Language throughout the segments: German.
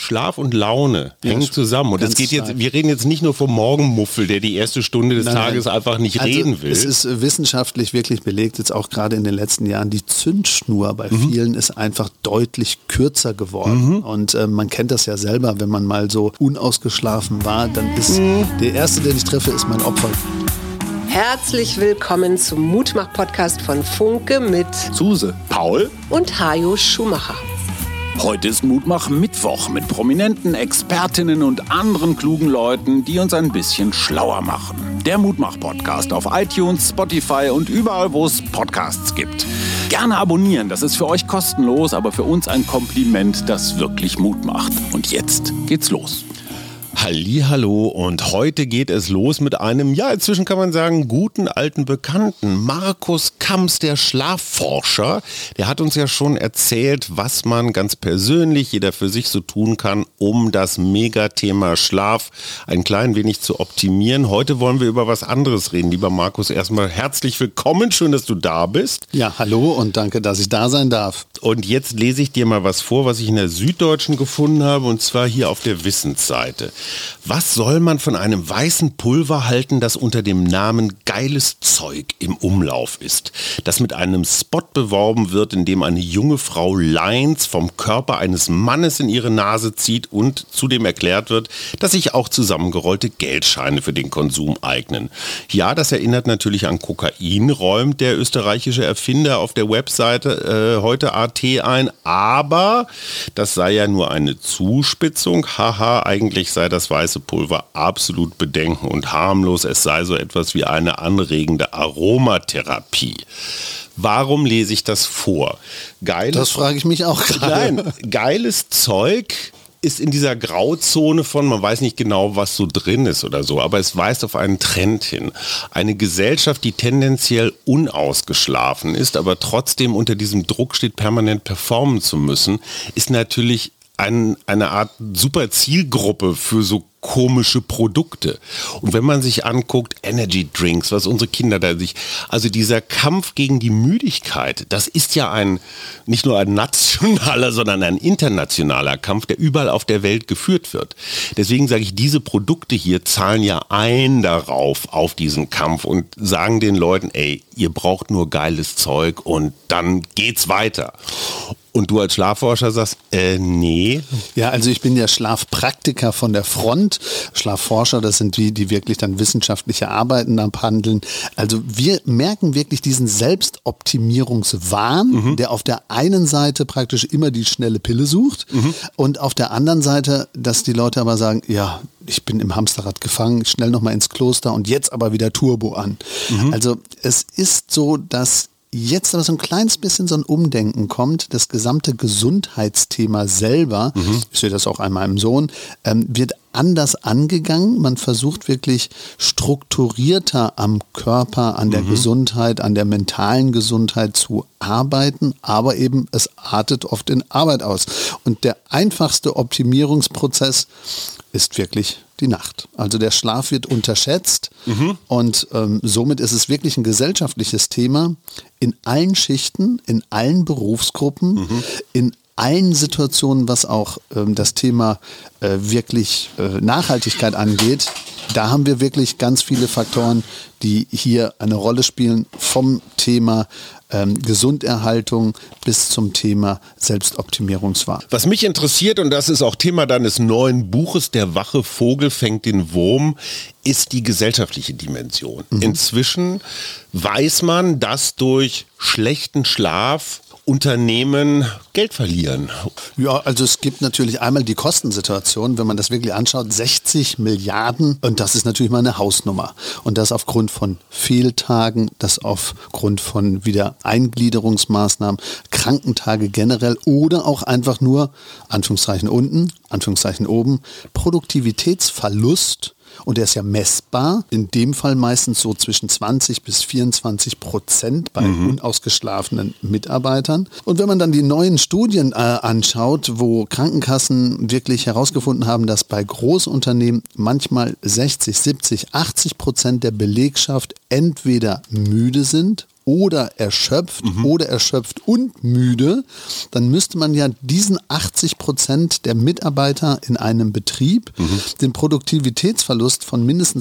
Schlaf und Laune hängen zusammen. Und es geht jetzt, wir reden jetzt nicht nur vom Morgenmuffel, der die erste Stunde des Tages einfach nicht reden will. Es ist wissenschaftlich wirklich belegt, jetzt auch gerade in den letzten Jahren, die Zündschnur bei vielen ist einfach deutlich kürzer geworden. Und man kennt das ja selber, wenn man mal so unausgeschlafen war, dann ist der Erste, den ich treffe, ist mein Opfer. Herzlich willkommen zum Mutmach-Podcast von Funke mit Suse, Paul und Hajo Schumacher. Heute ist Mutmach-Mittwoch mit prominenten Expertinnen und anderen klugen Leuten, die uns ein bisschen schlauer machen. Der Mutmach-Podcast auf iTunes, Spotify und überall, wo es Podcasts gibt. Gerne abonnieren, das ist für euch kostenlos, aber für uns ein Kompliment, das wirklich Mut macht. Und jetzt geht's los. Hallihallo, und heute geht es los mit einem, ja, inzwischen kann man sagen, guten alten Bekannten. Markus Kamps, der Schlafforscher, der hat uns ja schon erzählt, was man ganz persönlich, jeder für sich so tun kann, um das Megathema Schlaf ein klein wenig zu optimieren. Heute wollen wir über was anderes reden. Lieber Markus, erstmal herzlich willkommen, schön, dass du da bist. Ja, hallo und danke, dass ich da sein darf. Und jetzt lese ich dir mal was vor, was ich in der Süddeutschen gefunden habe, und zwar hier auf der Wissensseite. Was soll man von einem weißen Pulver halten, das unter dem Namen geiles Zeug im Umlauf ist, das mit einem Spot beworben wird, in dem eine junge Frau Lines vom Körper eines Mannes in ihre Nase zieht und zudem erklärt wird, dass sich auch zusammengerollte Geldscheine für den Konsum eignen. Ja, das erinnert natürlich an Kokain, räumt der österreichische Erfinder auf der Webseite heute AT ein, aber das sei ja nur eine Zuspitzung. Haha, eigentlich sei das weiße Pulver absolut bedenken und harmlos. Es sei so etwas wie eine anregende Aromatherapie. Warum lese ich das vor? Das frage ich mich auch gerade. Nein, geiles Zeug ist in dieser Grauzone von, man weiß nicht genau, was so drin ist oder so, aber es weist auf einen Trend hin. Eine Gesellschaft, die tendenziell unausgeschlafen ist, aber trotzdem unter diesem Druck steht, permanent performen zu müssen, ist natürlich eine Art super Zielgruppe für so komische Produkte. Und wenn man sich anguckt, Energy Drinks, was unsere Kinder da also dieser Kampf gegen die Müdigkeit, das ist ja nicht nur ein nationaler, sondern ein internationaler Kampf, der überall auf der Welt geführt wird. Deswegen sage ich, diese Produkte hier zahlen ja ein darauf, auf diesen Kampf, und sagen den Leuten, ey, ihr braucht nur geiles Zeug und dann geht's weiter. Und du als Schlafforscher sagst, nee. Ja, also ich bin ja Schlafpraktiker von der Front. Schlafforscher, das sind die wirklich dann wissenschaftliche Arbeiten abhandeln. Also wir merken wirklich diesen Selbstoptimierungswahn, der auf der einen Seite praktisch immer die schnelle Pille sucht und auf der anderen Seite, dass die Leute aber sagen, ja, ich bin im Hamsterrad gefangen, schnell nochmal ins Kloster und jetzt aber wieder Turbo an. Also es ist so, dass jetzt aber so ein kleines bisschen so ein Umdenken kommt. Das gesamte Gesundheitsthema selber, ich sehe das auch an meinem Sohn, wird anders angegangen. Man versucht wirklich strukturierter am Körper, an der Gesundheit, an der mentalen Gesundheit zu arbeiten, aber eben es artet oft in Arbeit aus. Und der einfachste Optimierungsprozess ist wirklich die Nacht. Also der Schlaf wird unterschätzt und somit ist es wirklich ein gesellschaftliches Thema in allen Schichten, in allen Berufsgruppen, in allen Situationen, was auch das Thema wirklich Nachhaltigkeit angeht. Da haben wir wirklich ganz viele Faktoren, die hier eine Rolle spielen, vom Thema Gesunderhaltung bis zum Thema Selbstoptimierungswahn. Was mich interessiert, und das ist auch Thema deines neuen Buches, Der wache Vogel fängt den Wurm, ist die gesellschaftliche Dimension. Inzwischen weiß man, dass durch schlechten Schlaf Unternehmen Geld verlieren. Ja, also es gibt natürlich einmal die Kostensituation, wenn man das wirklich anschaut, 60 Milliarden, und das ist natürlich mal eine Hausnummer. Und das aufgrund von Fehltagen, das aufgrund von Wiedereingliederungsmaßnahmen, Krankentage generell oder auch einfach nur, Anführungszeichen unten, Anführungszeichen oben, Produktivitätsverlust. Und der ist ja messbar, in dem Fall meistens so zwischen 20-24% bei unausgeschlafenen Mitarbeitern. Und wenn man dann die neuen Studien anschaut, wo Krankenkassen wirklich herausgefunden haben, dass bei Großunternehmen manchmal 60, 70, 80% der Belegschaft entweder müde sind oder erschöpft und müde, dann müsste man ja diesen 80% der Mitarbeiter in einem Betrieb den Produktivitätsverlust von mindestens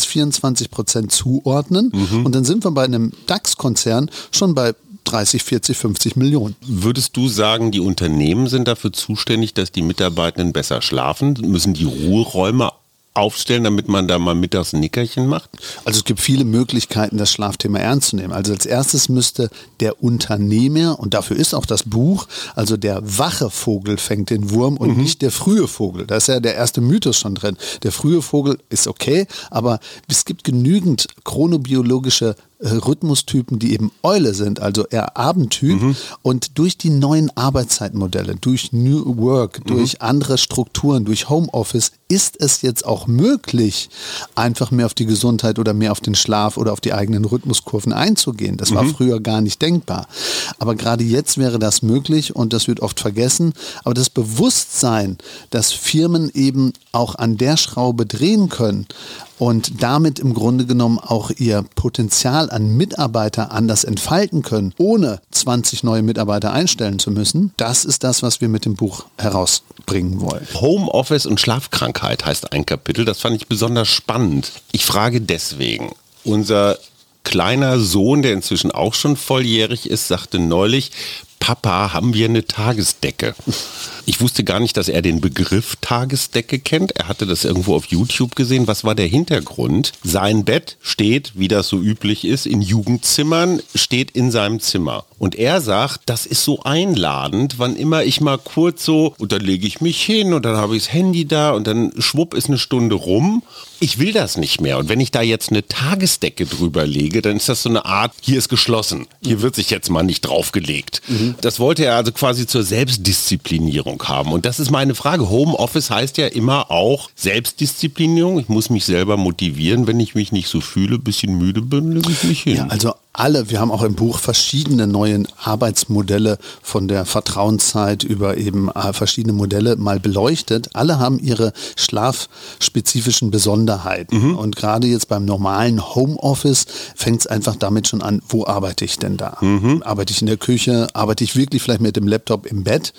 24% zuordnen. Und dann sind wir bei einem DAX-Konzern schon bei 30, 40, 50 Millionen. Würdest du sagen, die Unternehmen sind dafür zuständig, dass die Mitarbeitenden besser schlafen? Müssen die Ruheräume aufstellen, damit man da mal mittags ein Nickerchen macht? Also es gibt viele Möglichkeiten, das Schlafthema ernst zu nehmen. Also als erstes müsste der Unternehmer, und dafür ist auch das Buch, also der wache Vogel fängt den Wurm und nicht der frühe Vogel. Da ist ja der erste Mythos schon drin. Der frühe Vogel ist okay, aber es gibt genügend chronobiologische Rhythmustypen, die eben Eule sind, also eher Abendtyp. Und durch die neuen Arbeitszeitmodelle, durch New Work, durch andere Strukturen, durch Homeoffice ist es jetzt auch möglich, einfach mehr auf die Gesundheit oder mehr auf den Schlaf oder auf die eigenen Rhythmuskurven einzugehen. Das war früher gar nicht denkbar. Aber gerade jetzt wäre das möglich und das wird oft vergessen. Aber das Bewusstsein, dass Firmen eben auch an der Schraube drehen können und damit im Grunde genommen auch ihr Potenzial an Mitarbeiter anders entfalten können, ohne 20 neue Mitarbeiter einstellen zu müssen, das ist das, was wir mit dem Buch herausbringen wollen. Homeoffice und Schlafkrankheit heißt ein Kapitel, das fand ich besonders spannend. Ich frage deswegen, unser kleiner Sohn, der inzwischen auch schon volljährig ist, sagte neulich, Papa, haben wir eine Tagesdecke? Ich wusste gar nicht, dass er den Begriff Tagesdecke kennt. Er hatte das irgendwo auf YouTube gesehen. Was war der Hintergrund? Sein Bett steht, wie das so üblich ist, in Jugendzimmern, steht in seinem Zimmer. Und er sagt, das ist so einladend, wann immer ich mal kurz so, und dann lege ich mich hin und dann habe ich das Handy da und dann schwupp ist eine Stunde rum. Ich will das nicht mehr. Und wenn ich da jetzt eine Tagesdecke drüber lege, dann ist das so eine Art, hier ist geschlossen. Hier wird sich jetzt mal nicht draufgelegt. Das wollte er also quasi zur Selbstdisziplinierung haben. Und das ist meine Frage. Homeoffice heißt ja immer auch Selbstdisziplinierung. Ich muss mich selber motivieren. Wenn ich mich nicht so fühle, ein bisschen müde bin, lege ich mich hin. Ja, also wir haben auch im Buch verschiedene neue Arbeitsmodelle von der Vertrauenszeit über eben verschiedene Modelle mal beleuchtet. Alle haben ihre schlafspezifischen Besonderheiten. Und gerade jetzt beim normalen Homeoffice fängt es einfach damit schon an, wo arbeite ich denn da? Arbeite ich in der Küche? Arbeite ich wirklich vielleicht mit dem Laptop im Bett?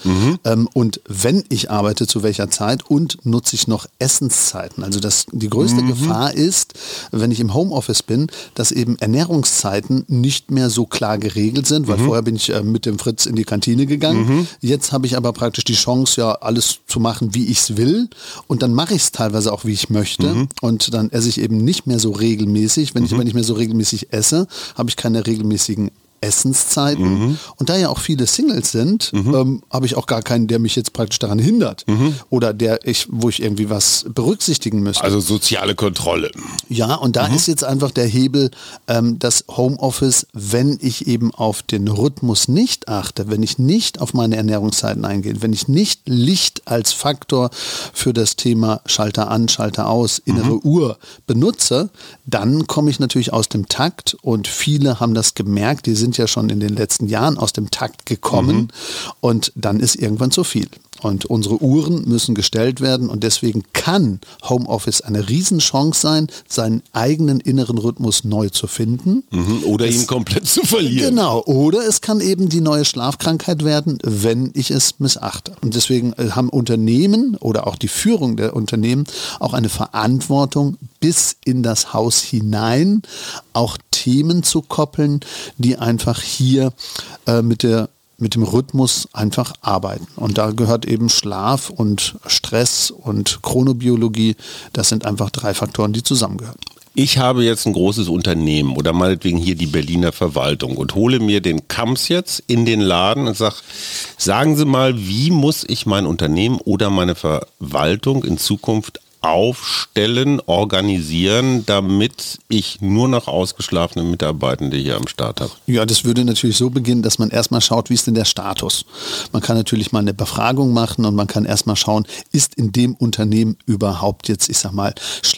Und wenn ich arbeite, zu welcher Zeit? Und nutze ich noch Essenszeiten? Also die größte Gefahr ist, wenn ich im Homeoffice bin, dass eben Ernährungszeiten nicht mehr so klar geregelt sind, weil vorher bin ich mit dem Fritz in die Kantine gegangen. Jetzt habe ich aber praktisch die Chance, ja alles zu machen, wie ich es will. Und dann mache ich es teilweise auch, wie ich möchte. Und dann esse ich eben nicht mehr so regelmäßig. Wenn ich aber nicht mehr so regelmäßig esse, habe ich keine regelmäßigen Essenszeiten. Und da ja auch viele Singles sind, habe ich auch gar keinen, der mich jetzt praktisch daran hindert. Oder wo ich irgendwie was berücksichtigen müsste. Also soziale Kontrolle. Ja, und da ist jetzt einfach der Hebel, das Homeoffice, wenn ich eben auf den Rhythmus nicht achte, wenn ich nicht auf meine Ernährungszeiten eingehe, wenn ich nicht Licht als Faktor für das Thema Schalter an, Schalter aus, innere Uhr benutze, dann komme ich natürlich aus dem Takt und viele haben das gemerkt, die sind ja schon in den letzten Jahren aus dem Takt gekommen und dann ist irgendwann zu viel. Und unsere Uhren müssen gestellt werden und deswegen kann Homeoffice eine Riesenchance sein, seinen eigenen inneren Rhythmus neu zu finden. Oder ihn komplett zu verlieren. Genau, oder es kann eben die neue Schlafkrankheit werden, wenn ich es missachte. Und deswegen haben Unternehmen oder auch die Führung der Unternehmen auch eine Verantwortung, bis in das Haus hinein auch Themen zu koppeln, die einfach hier mit dem Rhythmus einfach arbeiten. Und da gehört eben Schlaf und Stress und Chronobiologie. Das sind einfach 3 Faktoren, die zusammengehören. Ich habe jetzt ein großes Unternehmen oder meinetwegen hier die Berliner Verwaltung und hole mir den Kamps jetzt in den Laden und sage, sagen Sie mal, wie muss ich mein Unternehmen oder meine Verwaltung in Zukunft aufstellen, organisieren, damit ich nur noch ausgeschlafene Mitarbeitende hier am Start habe? Ja, das würde natürlich so beginnen, dass man erstmal schaut, wie ist denn der Status? Man kann natürlich mal eine Befragung machen und man kann erstmal schauen, ist in dem Unternehmen überhaupt jetzt, ich sag mal,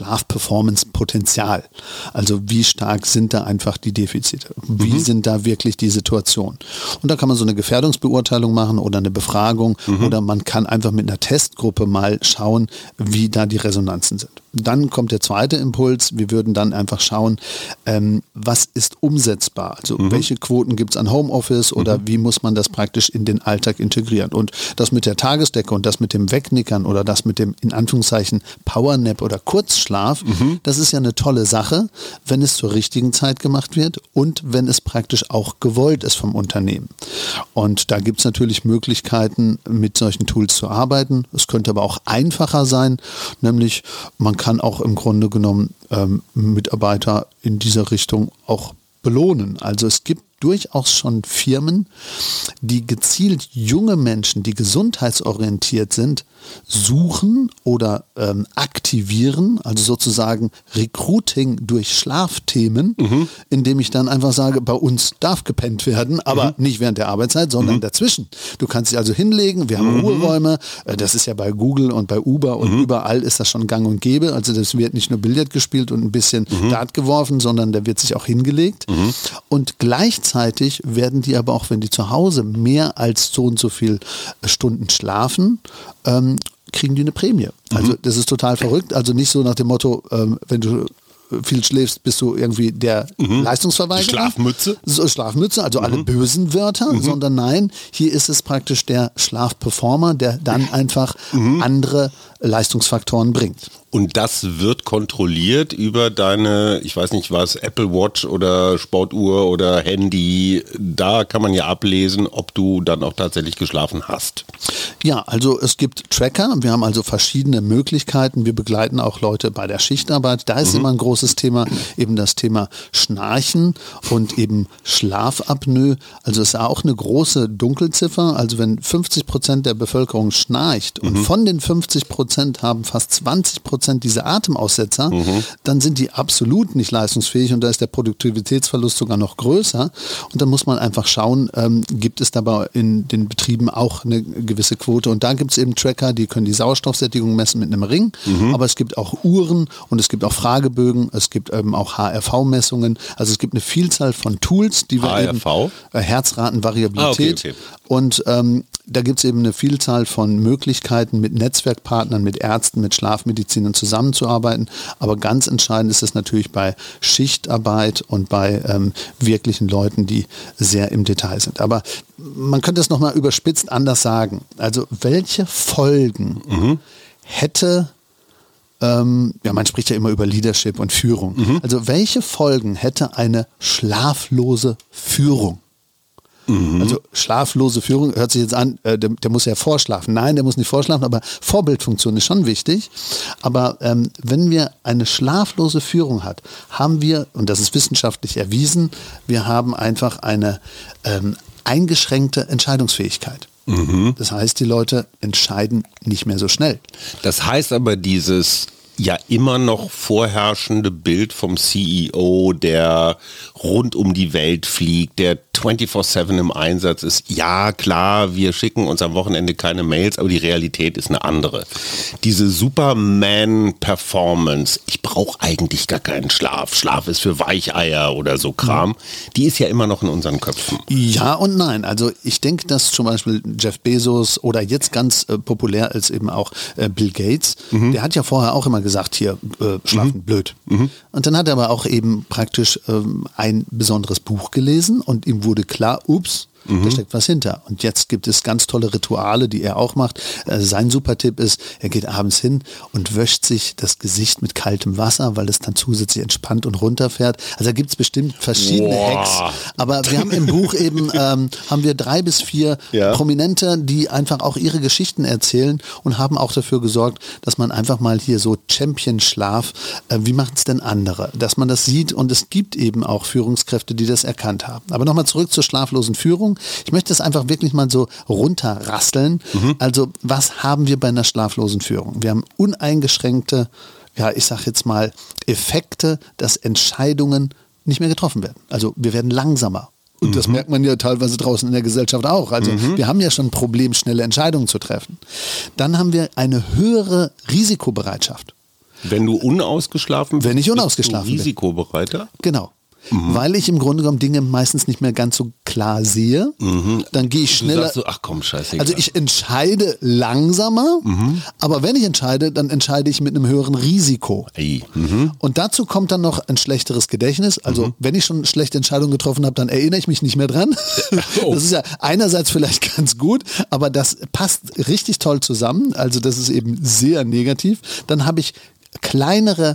Schlaf-Performance-Potenzial? Also wie stark sind da einfach die Defizite? Wie sind da wirklich die Situationen? Und da kann man so eine Gefährdungsbeurteilung machen oder eine Befragung oder man kann einfach mit einer Testgruppe mal schauen, wie da die Resonanzen sind. dann kommt der zweite Impuls. Wir würden dann einfach schauen, was ist umsetzbar? Also welche Quoten gibt es an Homeoffice oder wie muss man das praktisch in den Alltag integrieren? Und das mit der Tagesdecke und das mit dem Wegnickern oder das mit dem in Anführungszeichen Powernap oder Kurzschlaf, das ist ja eine tolle Sache, wenn es zur richtigen Zeit gemacht wird und wenn es praktisch auch gewollt ist vom Unternehmen. Und da gibt es natürlich Möglichkeiten, mit solchen Tools zu arbeiten. Es könnte aber auch einfacher sein, nämlich man kann auch im Grunde genommen Mitarbeiter in dieser Richtung auch belohnen. Also es gibt durchaus schon Firmen, die gezielt junge Menschen, die gesundheitsorientiert sind, suchen oder aktivieren, also sozusagen Recruiting durch Schlafthemen, indem ich dann einfach sage, bei uns darf gepennt werden, aber nicht während der Arbeitszeit, sondern dazwischen. Du kannst dich also hinlegen, wir haben Ruheräume, das ist ja bei Google und bei Uber und überall ist das schon gang und gäbe, also das wird nicht nur Billard gespielt und ein bisschen Dart geworfen, sondern da wird sich auch hingelegt und gleichzeitig werden die aber auch, wenn die zu Hause mehr als so und so viel Stunden schlafen, kriegen die eine Prämie. Also das ist total verrückt. Also nicht so nach dem Motto, wenn du viel schläfst, bist du irgendwie der Leistungsverweigerer. Schlafmütze. So, Schlafmütze, also alle bösen Wörter, sondern nein, hier ist es praktisch der Schlafperformer, der dann einfach andere Leistungsfaktoren bringt. Und das wird kontrolliert über deine, ich weiß nicht was, Apple Watch oder Sportuhr oder Handy. Da kann man ja ablesen, ob du dann auch tatsächlich geschlafen hast. Ja, also es gibt Tracker. Wir haben also verschiedene Möglichkeiten. Wir begleiten auch Leute bei der Schichtarbeit. Da ist immer ein großes Thema, eben das Thema Schnarchen und eben Schlafapnoe. Also es ist auch eine große Dunkelziffer. Also wenn 50% der Bevölkerung schnarcht und von den 50% haben fast 20% diese Atemaussetzer, dann sind die absolut nicht leistungsfähig und da ist der Produktivitätsverlust sogar noch größer. Und da muss man einfach schauen, gibt es dabei in den Betrieben auch eine gewisse Quote. Und da gibt es eben Tracker, die können die Sauerstoffsättigung messen mit einem Ring, aber es gibt auch Uhren und es gibt auch Fragebögen, es gibt eben auch HRV-Messungen. Also es gibt eine Vielzahl von Tools, die wir HRV? Herzratenvariabilität. Okay. Und da gibt es eben eine Vielzahl von Möglichkeiten, mit Netzwerkpartnern, mit Ärzten, mit Schlafmedizinern zusammenzuarbeiten. Aber ganz entscheidend ist es natürlich bei Schichtarbeit und bei wirklichen Leuten, die sehr im Detail sind. Aber man könnte es nochmal überspitzt anders sagen. Also welche Folgen hätte, man spricht ja immer über Leadership und Führung. Also welche Folgen hätte eine schlaflose Führung? Also schlaflose Führung hört sich jetzt an, der muss ja vorschlafen. Nein, der muss nicht vorschlafen, aber Vorbildfunktion ist schon wichtig. Aber wenn wir eine schlaflose Führung haben wir, und das ist wissenschaftlich erwiesen, wir haben einfach eine eingeschränkte Entscheidungsfähigkeit. Das heißt, die Leute entscheiden nicht mehr so schnell. Das heißt aber, dieses ja immer noch vorherrschende Bild vom CEO, der rund um die Welt fliegt, der 24/7 im Einsatz ist. Ja, klar, wir schicken uns am Wochenende keine Mails, aber die Realität ist eine andere. Diese Superman-Performance, ich brauche eigentlich gar keinen Schlaf. Schlaf ist für Weicheier oder so Kram. Die ist ja immer noch in unseren Köpfen. Ja und nein. Also ich denke, dass zum Beispiel Jeff Bezos oder jetzt ganz populär ist eben auch Bill Gates, der hat ja vorher auch immer gesagt, hier, schlafen blöd. Und dann hat er aber auch eben praktisch ein besonderes Buch gelesen und ihm wurde klar, ups, da steckt was hinter. Und jetzt gibt es ganz tolle Rituale, die er auch macht. Sein super Tipp ist, er geht abends hin und wäscht sich das Gesicht mit kaltem Wasser, weil es dann zusätzlich entspannt und runterfährt. Also da gibt es bestimmt verschiedene Hacks. Aber wir haben im Buch eben, haben wir 3 bis 4 Prominente, die einfach auch ihre Geschichten erzählen und haben auch dafür gesorgt, dass man einfach mal hier so Champion-Schlaf, wie machen es denn andere? Dass man das sieht und es gibt eben auch Führungskräfte, die das erkannt haben. Aber nochmal zurück zur schlaflosen Führung. Ich möchte das einfach wirklich mal so runterrasseln. Also was haben wir bei einer schlaflosen Führung? Wir haben uneingeschränkte, ja ich sag jetzt mal, Effekte, dass Entscheidungen nicht mehr getroffen werden. Also wir werden langsamer. Und das merkt man ja teilweise draußen in der Gesellschaft auch. Also wir haben ja schon ein Problem, schnelle Entscheidungen zu treffen. Dann haben wir eine höhere Risikobereitschaft. Wenn du unausgeschlafen bist, wenn ich unausgeschlafen bist du risikobereiter? Genau. weil ich im Grunde genommen Dinge meistens nicht mehr ganz so klar sehe. Dann gehe ich schneller. Du sagst so, ach komm, scheißegal. Also ich entscheide langsamer, aber wenn ich entscheide, dann entscheide ich mit einem höheren Risiko. Und dazu kommt dann noch ein schlechteres Gedächtnis. Also wenn ich schon schlechte Entscheidungen getroffen habe, dann erinnere ich mich nicht mehr dran. Das ist ja einerseits vielleicht ganz gut, aber das passt richtig toll zusammen. Also das ist eben sehr negativ. Dann habe ich kleinere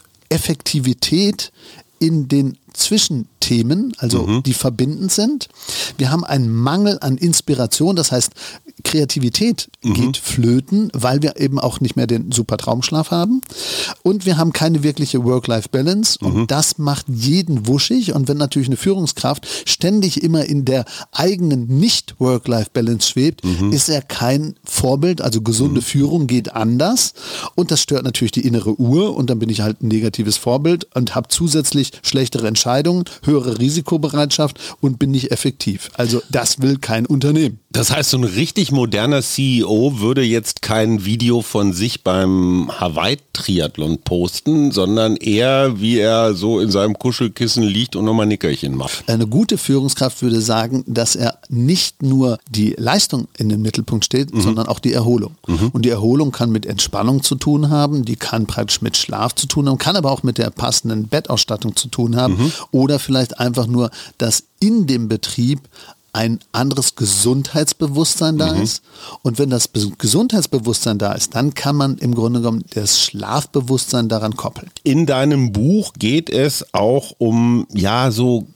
Effektivität in den Zwischenthemen, also die verbindend sind. Wir haben einen Mangel an Inspiration, das heißt, Kreativität geht flöten, weil wir eben auch nicht mehr den super Traumschlaf haben. Und wir haben keine wirkliche Work-Life-Balance und das macht jeden wuschig. Und wenn natürlich eine Führungskraft ständig immer in der eigenen Nicht-Work-Life-Balance schwebt, ist er kein Vorbild. Also gesunde Führung geht anders und das stört natürlich die innere Uhr und dann bin ich halt ein negatives Vorbild und habe zusätzlich schlechtere Entscheidungen, höhere Risikobereitschaft und bin nicht effektiv. Also das will kein Unternehmen. Das heißt, so ein richtig moderner CEO würde jetzt kein Video von sich beim Hawaii-Triathlon posten, sondern eher, wie er so in seinem Kuschelkissen liegt und nochmal Nickerchen macht. Eine gute Führungskraft würde sagen, dass er nicht nur die Leistung in den Mittelpunkt steht, sondern auch die Erholung. Und die Erholung kann mit Entspannung zu tun haben, die kann praktisch mit Schlaf zu tun haben, kann aber auch mit der passenden Bettausstattung zu tun haben oder vielleicht einfach nur, dass in dem Betrieb ein anderes Gesundheitsbewusstsein da ist. Und wenn das Gesundheitsbewusstsein da ist, dann kann man im Grunde genommen das Schlafbewusstsein daran koppeln. In deinem Buch geht es auch um, ja, so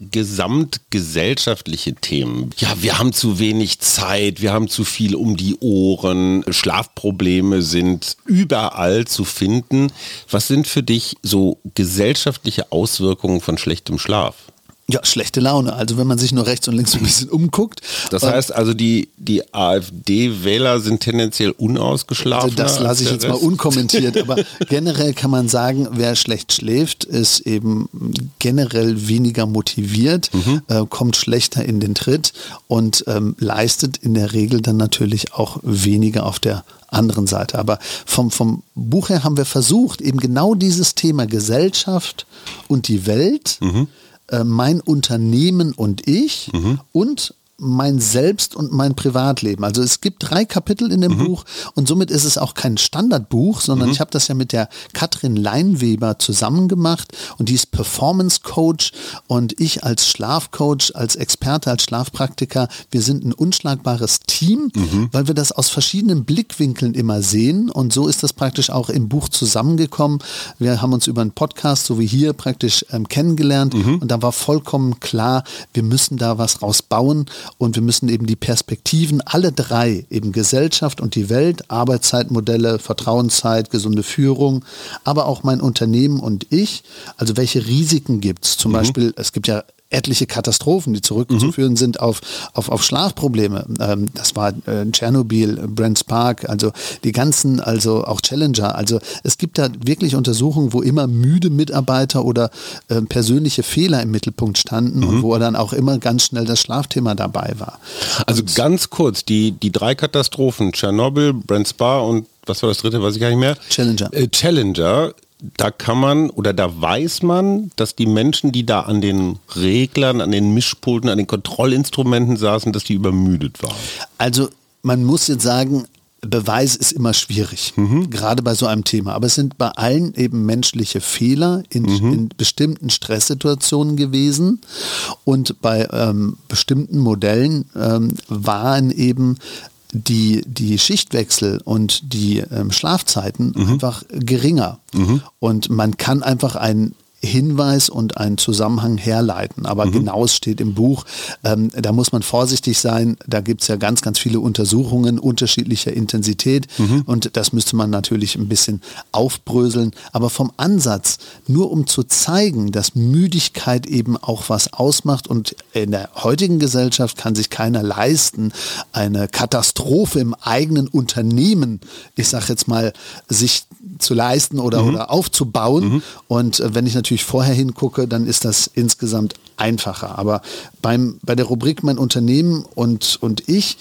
gesamtgesellschaftliche Themen. Ja, wir haben zu wenig Zeit, wir haben zu viel um die Ohren, Schlafprobleme sind überall zu finden. Was sind für dich so gesellschaftliche Auswirkungen von schlechtem Schlaf? Ja, schlechte Laune. Also wenn man sich nur rechts und links ein bisschen umguckt. Das heißt also, die AfD-Wähler sind tendenziell unausgeschlafen. Also das lasse ich jetzt mal unkommentiert. Aber generell kann man sagen, wer schlecht schläft, ist eben generell weniger motiviert, kommt schlechter in den Tritt und leistet in der Regel dann natürlich auch weniger auf der anderen Seite. Aber vom Buch her haben wir versucht, eben genau dieses Thema Gesellschaft und die Welt, mein Unternehmen und ich und mein Selbst und mein Privatleben. Also es gibt 3 Kapitel in dem Buch und somit ist es auch kein Standardbuch, sondern ich habe das ja mit der Katrin Leinweber zusammen gemacht und die ist Performance Coach und ich als Schlafcoach, als Experte, als Schlafpraktiker, wir sind ein unschlagbares Team, weil wir das aus verschiedenen Blickwinkeln immer sehen und so ist das praktisch auch im Buch zusammengekommen. Wir haben uns über einen Podcast, so wie hier, praktisch kennengelernt und da war vollkommen klar, wir müssen da was rausbauen. Und wir müssen eben die Perspektiven, alle 3, eben Gesellschaft und die Welt, Arbeitszeitmodelle, Vertrauenszeit, gesunde Führung, aber auch mein Unternehmen und ich, also welche Risiken gibt es? Zum Beispiel, es gibt ja etliche Katastrophen, die zurückzuführen sind auf Schlafprobleme. Das war Tschernobyl, Brent Spark, also die ganzen, also auch Challenger. Also es gibt da wirklich Untersuchungen, wo immer müde Mitarbeiter oder persönliche Fehler im Mittelpunkt standen und wo dann auch immer ganz schnell das Schlafthema dabei war. Also ganz kurz, die 3 Katastrophen, Tschernobyl, Brent Spark und was war das dritte, weiß ich gar nicht mehr? Challenger. Da kann man oder da weiß man, dass die Menschen, die da an den Reglern, an den Mischpulten, an den Kontrollinstrumenten saßen, dass die übermüdet waren. Also man muss jetzt sagen, Beweis ist immer schwierig, gerade bei so einem Thema. Aber es sind bei allen eben menschliche Fehler in bestimmten Stresssituationen gewesen. Und bei bestimmten Modellen waren eben die Schichtwechsel und die Schlafzeiten einfach geringer. Und man kann einfach einen Hinweis und einen Zusammenhang herleiten. Aber genaues steht im Buch. Da muss man vorsichtig sein. Da gibt es ja ganz, ganz viele Untersuchungen unterschiedlicher Intensität. Und das müsste man natürlich ein bisschen aufbröseln. Aber vom Ansatz, nur um zu zeigen, dass Müdigkeit eben auch was ausmacht. Und in der heutigen Gesellschaft kann sich keiner leisten, eine Katastrophe im eigenen Unternehmen, ich sage jetzt mal, sich zu leisten oder aufzubauen. Und wenn ich natürlich vorher hingucke, dann ist das insgesamt einfacher. Aber bei der Rubrik Mein Unternehmen und ich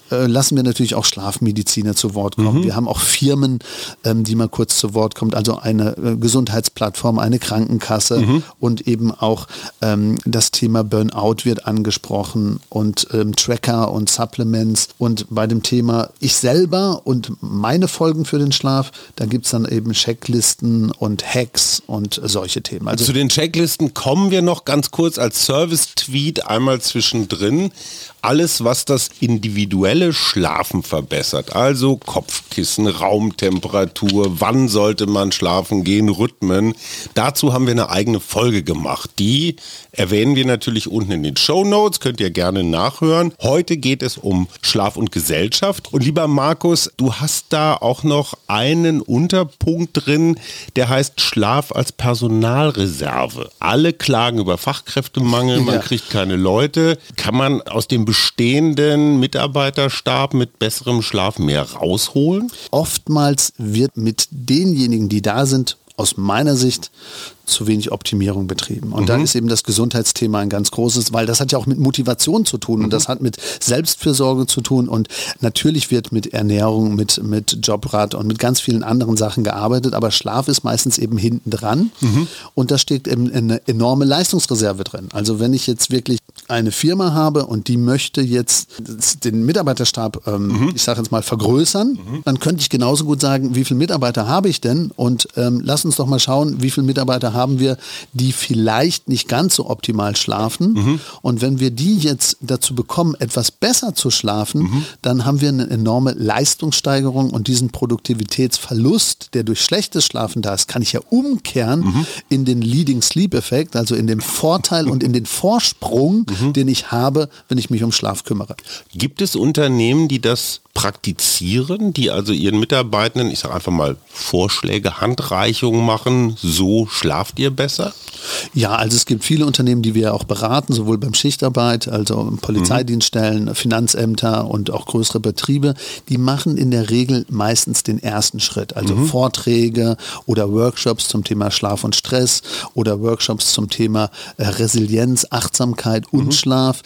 lassen wir natürlich auch Schlafmediziner zu Wort kommen. Wir haben auch Firmen, die mal kurz zu Wort kommt, also eine Gesundheitsplattform, eine Krankenkasse und eben auch das Thema Burnout wird angesprochen und Tracker und Supplements. Und bei dem Thema ich selber und meine Folgen für den Schlaf, da gibt es dann eben Checklisten und Hacks und solche Themen. Also zu den Checklisten kommen wir noch ganz kurz als Service-Tweet einmal zwischendrin. Alles, was das individuelle Schlafen verbessert, also Kopfkissen, Raumtemperatur, wann sollte man schlafen gehen, Rhythmen. Dazu haben wir eine eigene Folge gemacht. Die erwähnen wir natürlich unten in den Shownotes, könnt ihr gerne nachhören. Heute geht es um Schlaf und Gesellschaft. Und lieber Markus, du hast da auch noch einen Unterpunkt drin, der heißt Schlaf als Personalreserve. Alle klagen über Fachkräftemangel, man kriegt keine Leute. Kann man aus dem bestehenden Mitarbeiterstab mit besserem Schlaf mehr rausholen? Oftmals wird mit denjenigen, die da sind, aus meiner Sicht zu wenig Optimierung betrieben. Und da ist eben das Gesundheitsthema ein ganz großes, weil das hat ja auch mit Motivation zu tun und das hat mit Selbstfürsorge zu tun und natürlich wird mit Ernährung, mit Jobrat und mit ganz vielen anderen Sachen gearbeitet, aber Schlaf ist meistens eben hinten dran und da steckt eben eine enorme Leistungsreserve drin. Also wenn ich jetzt wirklich eine Firma habe und die möchte jetzt den Mitarbeiterstab, ich sage jetzt mal, vergrößern, dann könnte ich genauso gut sagen, wie viele Mitarbeiter habe ich denn und lass uns doch mal schauen, wie viele Mitarbeiter haben wir, die vielleicht nicht ganz so optimal schlafen. Und wenn wir die jetzt dazu bekommen, etwas besser zu schlafen, dann haben wir eine enorme Leistungssteigerung und diesen Produktivitätsverlust, der durch schlechtes Schlafen da ist, kann ich ja umkehren in den Leading Sleep Effekt, also in den Vorteil und in den Vorsprung, den ich habe, wenn ich mich um Schlaf kümmere. Gibt es Unternehmen, die das praktizieren, die also ihren Mitarbeitenden, ich sage einfach mal, Vorschläge, Handreichungen machen, so schlaft ihr besser? Ja, also es gibt viele Unternehmen, die wir auch beraten, sowohl beim Schichtarbeit, also Polizeidienststellen, Finanzämter und auch größere Betriebe, die machen in der Regel meistens den ersten Schritt, also Vorträge oder Workshops zum Thema Schlaf und Stress oder Workshops zum Thema Resilienz, Achtsamkeit und Schlaf.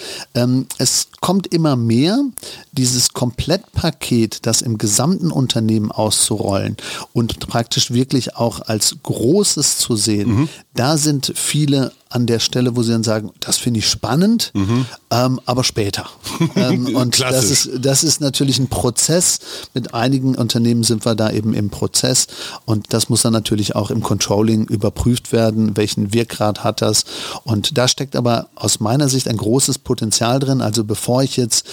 Es kommt immer mehr, dieses Komplettpaket, das im gesamten Unternehmen auszurollen und praktisch wirklich auch als Großes zu sehen. Da sind viele an der Stelle, wo sie dann sagen, das finde ich spannend, aber später. Und das ist natürlich ein Prozess. Mit einigen Unternehmen sind wir da eben im Prozess und das muss dann natürlich auch im Controlling überprüft werden, welchen Wirkgrad hat das. Und da steckt aber aus meiner Sicht ein großes Potenzial drin. Also bevor ich jetzt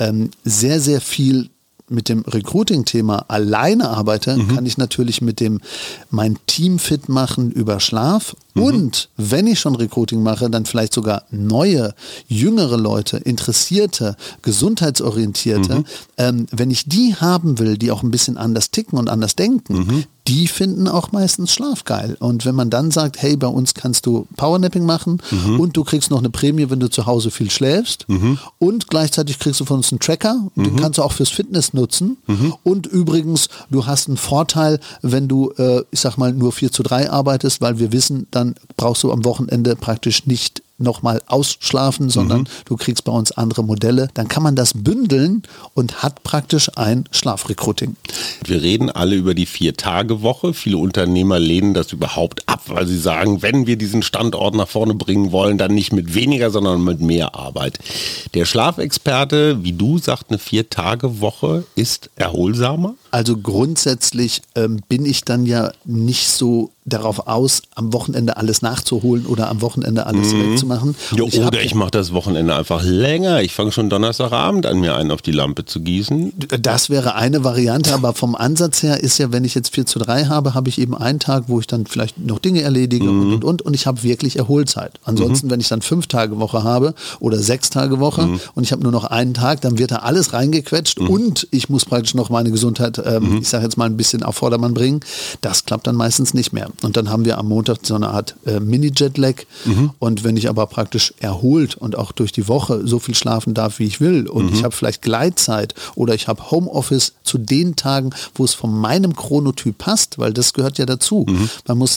sehr, sehr viel mit dem Recruiting-Thema alleine arbeite, kann ich natürlich mit dem mein Team fit machen über Schlaf und wenn ich schon Recruiting mache, dann vielleicht sogar neue, jüngere Leute, Interessierte, gesundheitsorientierte, wenn ich die haben will, die auch ein bisschen anders ticken und anders denken, die finden auch meistens Schlaf geil. Und wenn man dann sagt, hey, bei uns kannst du Powernapping machen und du kriegst noch eine Prämie, wenn du zu Hause viel schläfst und gleichzeitig kriegst du von uns einen Tracker, den kannst du auch fürs Fitness nutzen und übrigens, du hast einen Vorteil, wenn du, ich sag mal, nur 4:3 arbeitest, weil wir wissen, dann brauchst du am Wochenende praktisch nicht nochmal ausschlafen, sondern du kriegst bei uns andere Modelle. Dann kann man das bündeln und hat praktisch ein Schlafrecruiting. Wir reden alle über die 4-Tage-Woche. Viele Unternehmer lehnen das überhaupt ab, weil sie sagen, wenn wir diesen Standort nach vorne bringen wollen, dann nicht mit weniger, sondern mit mehr Arbeit. Der Schlafexperte, wie du, sagt, eine 4-Tage-Woche ist erholsamer? Also grundsätzlich bin ich dann ja nicht so darauf aus, am Wochenende alles nachzuholen oder am Wochenende alles wegzumachen. Ja, oder ich mache das Wochenende einfach länger. Ich fange schon Donnerstagabend an, mir einen auf die Lampe zu gießen. Das wäre eine Variante, aber vom Ansatz her ist ja, wenn ich jetzt 4:3 habe, habe ich eben einen Tag, wo ich dann vielleicht noch Dinge erledige und ich habe wirklich Erholzeit. Ansonsten, wenn ich dann 5-Tage-Woche habe oder 6-Tage-Woche und ich habe nur noch einen Tag, dann wird da alles reingequetscht und ich muss praktisch noch meine Gesundheit, ich sage jetzt mal, ein bisschen auf Vordermann bringen. Das klappt dann meistens nicht mehr. Und dann haben wir am Montag so eine Art Mini-Jetlag. Und wenn ich aber praktisch erholt und auch durch die Woche so viel schlafen darf, wie ich will und ich habe vielleicht Gleitzeit oder ich habe Homeoffice zu den Tagen, wo es von meinem Chronotyp passt, weil das gehört ja dazu. Man muss dann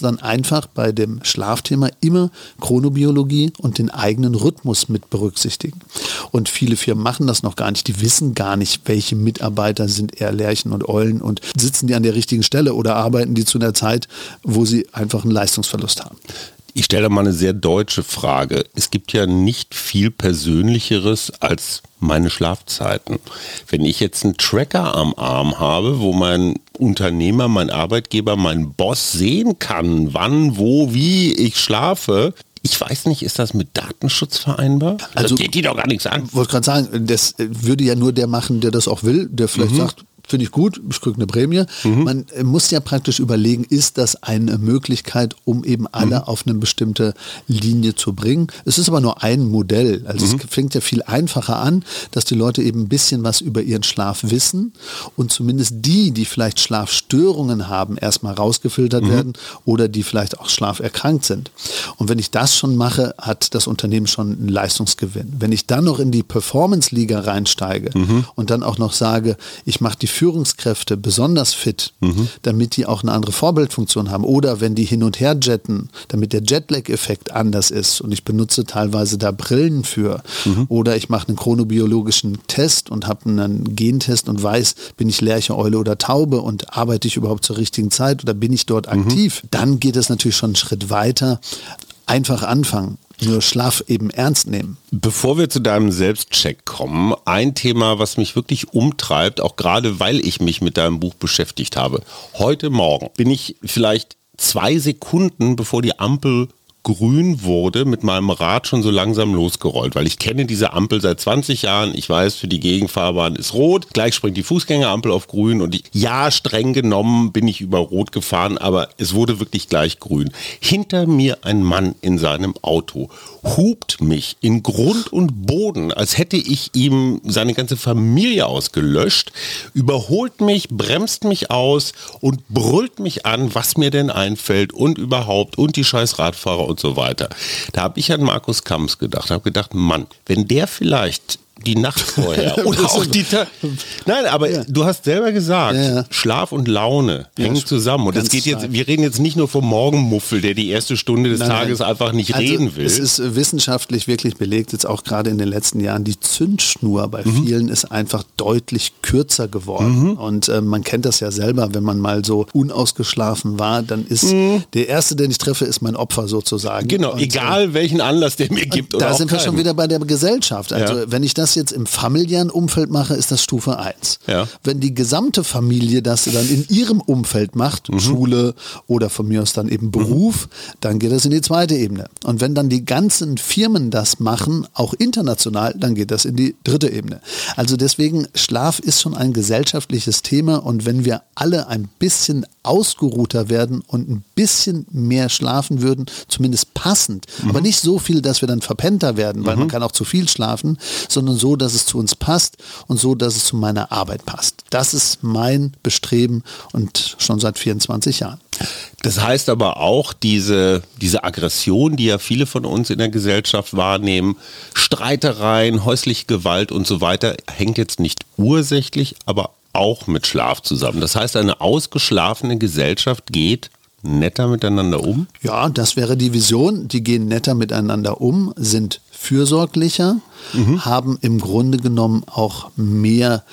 einfach bei dem Schlafthema immer Chronobiologie und den eigenen Rhythmus mit berücksichtigen. Und viele Firmen machen das noch gar nicht. Die wissen gar nicht, welche Mitarbeiter sind eher Lerchen und Eulen und sitzen die an der richtigen Stelle oder arbeiten die zu einer Zeit, wo sie einfach einen Leistungsverlust haben. Ich stelle mal eine sehr deutsche Frage. Es gibt ja nicht viel Persönlicheres als meine Schlafzeiten. Wenn ich jetzt einen Tracker am Arm habe, wo mein Unternehmer, mein Arbeitgeber, mein Boss sehen kann, wann, wo, wie ich schlafe, ich weiß nicht, ist das mit Datenschutz vereinbar? Also geht die doch gar nichts an. Ich wollte gerade sagen, das würde ja nur der machen, der das auch will, der vielleicht sagt, finde ich gut, ich kriege eine Prämie. Man muss ja praktisch überlegen, ist das eine Möglichkeit, um eben alle auf eine bestimmte Linie zu bringen. Es ist aber nur ein Modell. Also es fängt ja viel einfacher an, dass die Leute eben ein bisschen was über ihren Schlaf wissen und zumindest die vielleicht Schlafstörungen haben, erstmal rausgefiltert werden oder die vielleicht auch schlaferkrankt sind. Und wenn ich das schon mache, hat das Unternehmen schon einen Leistungsgewinn. Wenn ich dann noch in die Performance-Liga reinsteige und dann auch noch sage, ich mache die Führungskräfte besonders fit, damit die auch eine andere Vorbildfunktion haben. Oder wenn die hin und her jetten, damit der Jetlag-Effekt anders ist und ich benutze teilweise da Brillen für. Oder ich mache einen chronobiologischen Test und habe einen Gentest und weiß, bin ich Lerche, Eule oder Taube und arbeite ich überhaupt zur richtigen Zeit oder bin ich dort aktiv. Dann geht es natürlich schon einen Schritt weiter. Einfach anfangen. Nur Schlaf eben ernst nehmen. Bevor wir zu deinem Selbstcheck kommen, ein Thema, was mich wirklich umtreibt, auch gerade weil ich mich mit deinem Buch beschäftigt habe. Heute Morgen bin ich vielleicht 2 Sekunden, bevor die Ampel grün wurde, mit meinem Rad schon so langsam losgerollt, weil ich kenne diese Ampel seit 20 Jahren. Ich weiß, für die Gegenfahrbahn ist rot, gleich springt die Fußgängerampel auf grün und streng genommen bin ich über rot gefahren, aber es wurde wirklich gleich grün. Hinter mir ein Mann in seinem Auto hupt mich in Grund und Boden, als hätte ich ihm seine ganze Familie ausgelöscht, überholt mich, bremst mich aus und brüllt mich an, was mir denn einfällt und überhaupt und die scheiß Radfahrer und so weiter. Da habe ich an Markus Kamps gedacht, habe gedacht, Mann, wenn der vielleicht die Nacht vorher oder auch die Nein, aber du hast selber gesagt, Schlaf und Laune hängen zusammen und es geht jetzt, wir reden jetzt nicht nur vom Morgenmuffel, der die erste Stunde des Tages einfach nicht reden will. Es ist wissenschaftlich wirklich belegt, jetzt auch gerade in den letzten Jahren, die Zündschnur bei vielen ist einfach deutlich kürzer geworden und man kennt das ja selber, wenn man mal so unausgeschlafen war, dann ist der Erste, den ich treffe, ist mein Opfer sozusagen. Genau, und, egal welchen Anlass der mir gibt. Da sind wir schon wieder bei der Gesellschaft. Also wenn ich das jetzt im familiären Umfeld mache, ist das Stufe 1. Ja. Wenn die gesamte Familie das dann in ihrem Umfeld macht, Schule oder von mir aus dann eben Beruf, dann geht das in die zweite Ebene. Und wenn dann die ganzen Firmen das machen, auch international, dann geht das in die dritte Ebene. Also deswegen, Schlaf ist schon ein gesellschaftliches Thema und wenn wir alle ein bisschen ausgeruhter werden und ein bisschen mehr schlafen würden, zumindest passend, aber nicht so viel, dass wir dann verpennter werden, weil man kann auch zu viel schlafen, sondern so, dass es zu uns passt und so, dass es zu meiner Arbeit passt. Das ist mein Bestreben und schon seit 24 Jahren. Das heißt aber auch, diese Aggression, die ja viele von uns in der Gesellschaft wahrnehmen, Streitereien, häusliche Gewalt und so weiter, hängt jetzt nicht ursächlich, aber auch mit Schlaf zusammen. Das heißt, eine ausgeschlafene Gesellschaft geht netter miteinander um? Ja, das wäre die Vision. Die gehen netter miteinander um, sind fürsorglicher, haben im Grunde genommen auch mehr,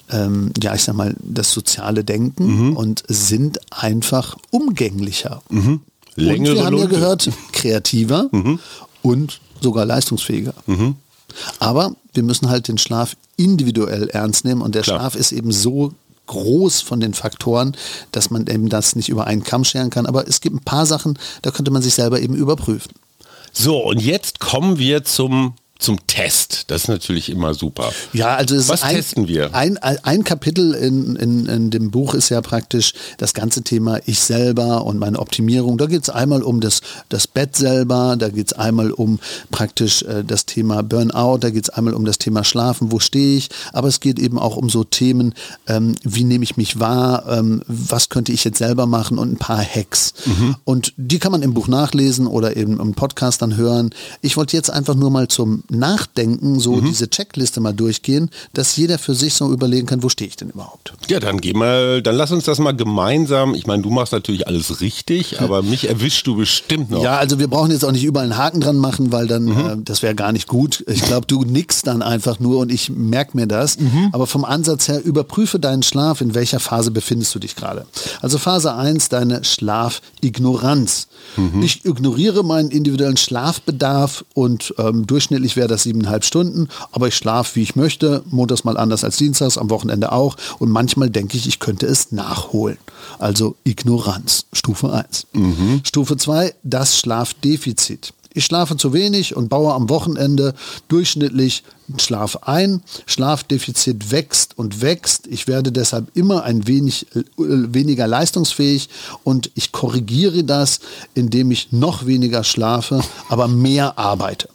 das soziale Denken und sind einfach umgänglicher. Und wir haben ja gehört, kreativer und sogar leistungsfähiger. Aber wir müssen halt den Schlaf individuell ernst nehmen und der Schlaf ist eben so groß von den Faktoren, dass man eben das nicht über einen Kamm scheren kann. Aber es gibt ein paar Sachen, da könnte man sich selber eben überprüfen. So, und jetzt kommen wir zum Test. Das ist natürlich immer super. Ja, also was testen wir? Ein Kapitel in dem Buch ist ja praktisch das ganze Thema Ich selber und meine Optimierung. Da geht es einmal um das Bett selber, da geht es einmal um praktisch das Thema Burnout, da geht es einmal um das Thema Schlafen, wo stehe ich, aber es geht eben auch um so Themen, wie nehme ich mich wahr, was könnte ich jetzt selber machen und ein paar Hacks. Und die kann man im Buch nachlesen oder eben im Podcast dann hören. Ich wollte jetzt einfach nur mal zum Nachdenken so diese Checkliste mal durchgehen, dass jeder für sich so überlegen kann, wo stehe ich denn überhaupt? Ja, dann lass uns das mal gemeinsam, ich meine, du machst natürlich alles richtig, aber mich erwischst du bestimmt noch. Ja, also wir brauchen jetzt auch nicht überall einen Haken dran machen, weil dann, das wäre gar nicht gut. Ich glaube, du nickst dann einfach nur und ich merke mir das. Aber vom Ansatz her, überprüfe deinen Schlaf, in welcher Phase befindest du dich gerade. Also Phase 1, deine Schlafignoranz. Ich ignoriere meinen individuellen Schlafbedarf und durchschnittlich wäre das 7,5 Stunden, aber ich schlafe, wie ich möchte, montags mal anders als dienstags, am Wochenende auch und manchmal denke ich könnte es nachholen. Also Ignoranz, Stufe 1. Stufe 2, das Schlafdefizit. Ich schlafe zu wenig und baue am Wochenende durchschnittlich Schlaf ein. Schlafdefizit wächst und wächst. Ich werde deshalb immer ein wenig weniger leistungsfähig und ich korrigiere das, indem ich noch weniger schlafe, aber mehr arbeite.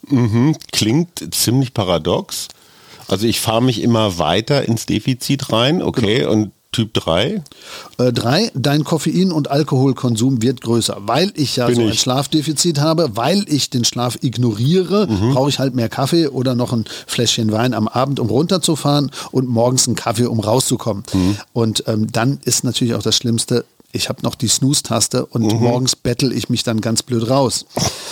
Klingt ziemlich paradox. Also ich fahre mich immer weiter ins Defizit rein, okay, genau. Und Typ 3? 3, dein Koffein- und Alkoholkonsum wird größer. Weil ich ja ein Schlafdefizit habe, weil ich den Schlaf ignoriere, brauche ich halt mehr Kaffee oder noch ein Fläschchen Wein am Abend, um runterzufahren und morgens einen Kaffee, um rauszukommen. Und dann ist natürlich auch das Schlimmste, ich habe noch die Snooze-Taste und morgens bettel ich mich dann ganz blöd raus.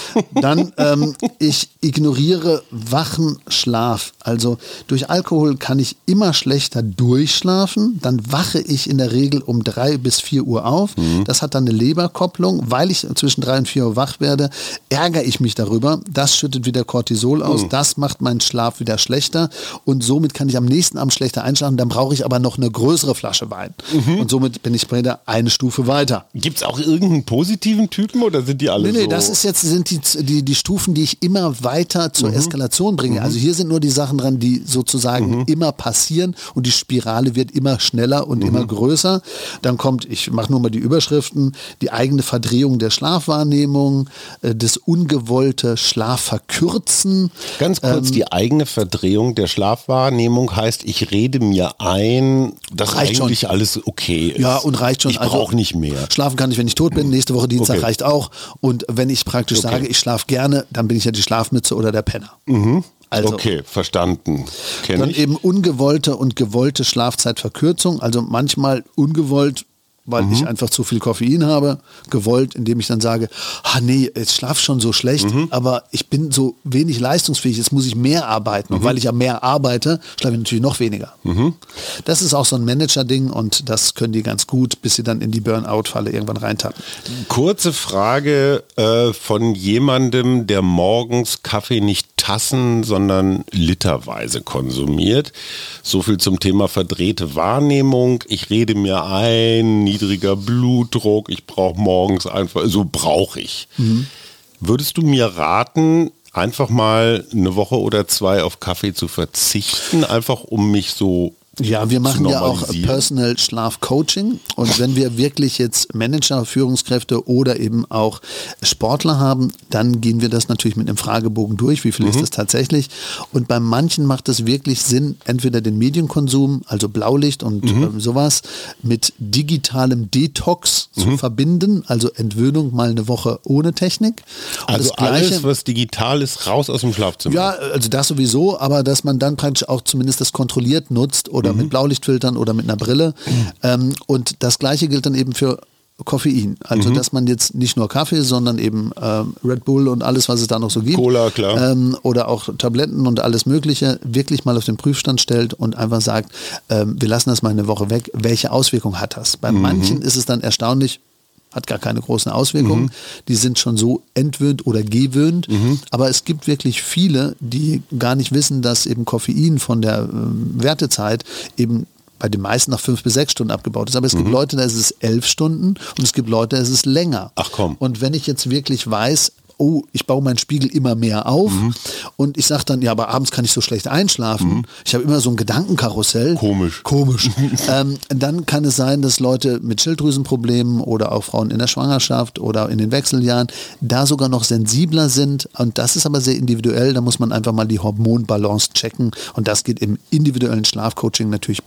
Dann, ich ignoriere wachen Schlaf. Also durch Alkohol kann ich immer schlechter durchschlafen. Dann wache ich in der Regel um 3 bis 4 Uhr auf. Das hat dann eine Leberkopplung. Weil ich zwischen 3 und 4 Uhr wach werde, ärgere ich mich darüber. Das schüttet wieder Cortisol aus. Das macht meinen Schlaf wieder schlechter. Und somit kann ich am nächsten Abend schlechter einschlafen. Dann brauche ich aber noch eine größere Flasche Wein. Und somit bin ich später eine Stufe weiter. Gibt es auch irgendeinen positiven Typen oder sind die alle so? Das ist jetzt, sind die Stufen, die ich immer weiter zur Eskalation bringe. Also hier sind nur die Sachen dran, die sozusagen immer passieren und die Spirale wird immer schneller und immer größer. Dann kommt, ich mache nur mal die Überschriften, die eigene Verdrehung der Schlafwahrnehmung, das ungewollte Schlafverkürzen. Ganz kurz, die eigene Verdrehung der Schlafwahrnehmung heißt, ich rede mir ein, dass eigentlich alles okay ist. Ja, und reicht schon. Ich brauche nicht mehr. Schlafen kann ich, wenn ich tot bin. Nächste Woche Dienstag reicht auch. Und wenn ich praktisch sage, ich schlafe gerne, dann bin ich ja die Schlafmütze oder der Penner. Also, okay, verstanden. Dann eben ungewollte und gewollte Schlafzeitverkürzung. Also manchmal ungewollt, weil ich einfach zu viel Koffein habe, gewollt, indem ich dann sage, nee, jetzt schlaf schon so schlecht, aber ich bin so wenig leistungsfähig, jetzt muss ich mehr arbeiten. Und weil ich ja mehr arbeite, schlafe ich natürlich noch weniger. Das ist auch so ein Manager-Ding und das können die ganz gut, bis sie dann in die Burnout-Falle irgendwann reintappen. Kurze Frage von jemandem, der morgens Kaffee nicht Tassen, sondern literweise konsumiert. So viel zum Thema verdrehte Wahrnehmung. Ich rede mir ein, niedriger Blutdruck, ich brauche morgens einfach, so brauche ich. Würdest du mir raten, einfach mal eine Woche oder 2 auf Kaffee zu verzichten, einfach um mich so Ja, wir machen ja auch Personal Schlaf-Coaching und wenn wir wirklich jetzt Manager, Führungskräfte oder eben auch Sportler haben, dann gehen wir das natürlich mit einem Fragebogen durch, wie viel ist das tatsächlich und bei manchen macht es wirklich Sinn, entweder den Medienkonsum, also Blaulicht und sowas, mit digitalem Detox zu verbinden, also Entwöhnung mal eine Woche ohne Technik. Und also das Gleiche, alles, was digital ist, raus aus dem Schlafzimmer. Ja, also das sowieso, aber dass man dann praktisch auch zumindest das kontrolliert nutzt oder mit Blaulichtfiltern oder mit einer Brille. Und das Gleiche gilt dann eben für Koffein. Also dass man jetzt nicht nur Kaffee, sondern eben Red Bull und alles, was es da noch so gibt. Cola, klar. Oder auch Tabletten und alles Mögliche wirklich mal auf den Prüfstand stellt und einfach sagt, wir lassen das mal eine Woche weg. Welche Auswirkung hat das? Bei manchen ist es dann erstaunlich, hat gar keine großen Auswirkungen. Die sind schon so entwöhnt oder gewöhnt. Aber es gibt wirklich viele, die gar nicht wissen, dass eben Koffein von der Wertezeit eben bei den meisten nach 5 bis 6 Stunden abgebaut ist. Aber es gibt Leute, da ist es 11 Stunden und es gibt Leute, da ist es länger. Ach komm. Und wenn ich jetzt wirklich weiß, oh, ich baue meinen Spiegel immer mehr auf und ich sage dann, ja, aber abends kann ich so schlecht einschlafen. Ich habe immer so ein Gedankenkarussell. Komisch. Dann kann es sein, dass Leute mit Schilddrüsenproblemen oder auch Frauen in der Schwangerschaft oder in den Wechseljahren da sogar noch sensibler sind und das ist aber sehr individuell, da muss man einfach mal die Hormonbalance checken und das geht im individuellen Schlafcoaching natürlich besser.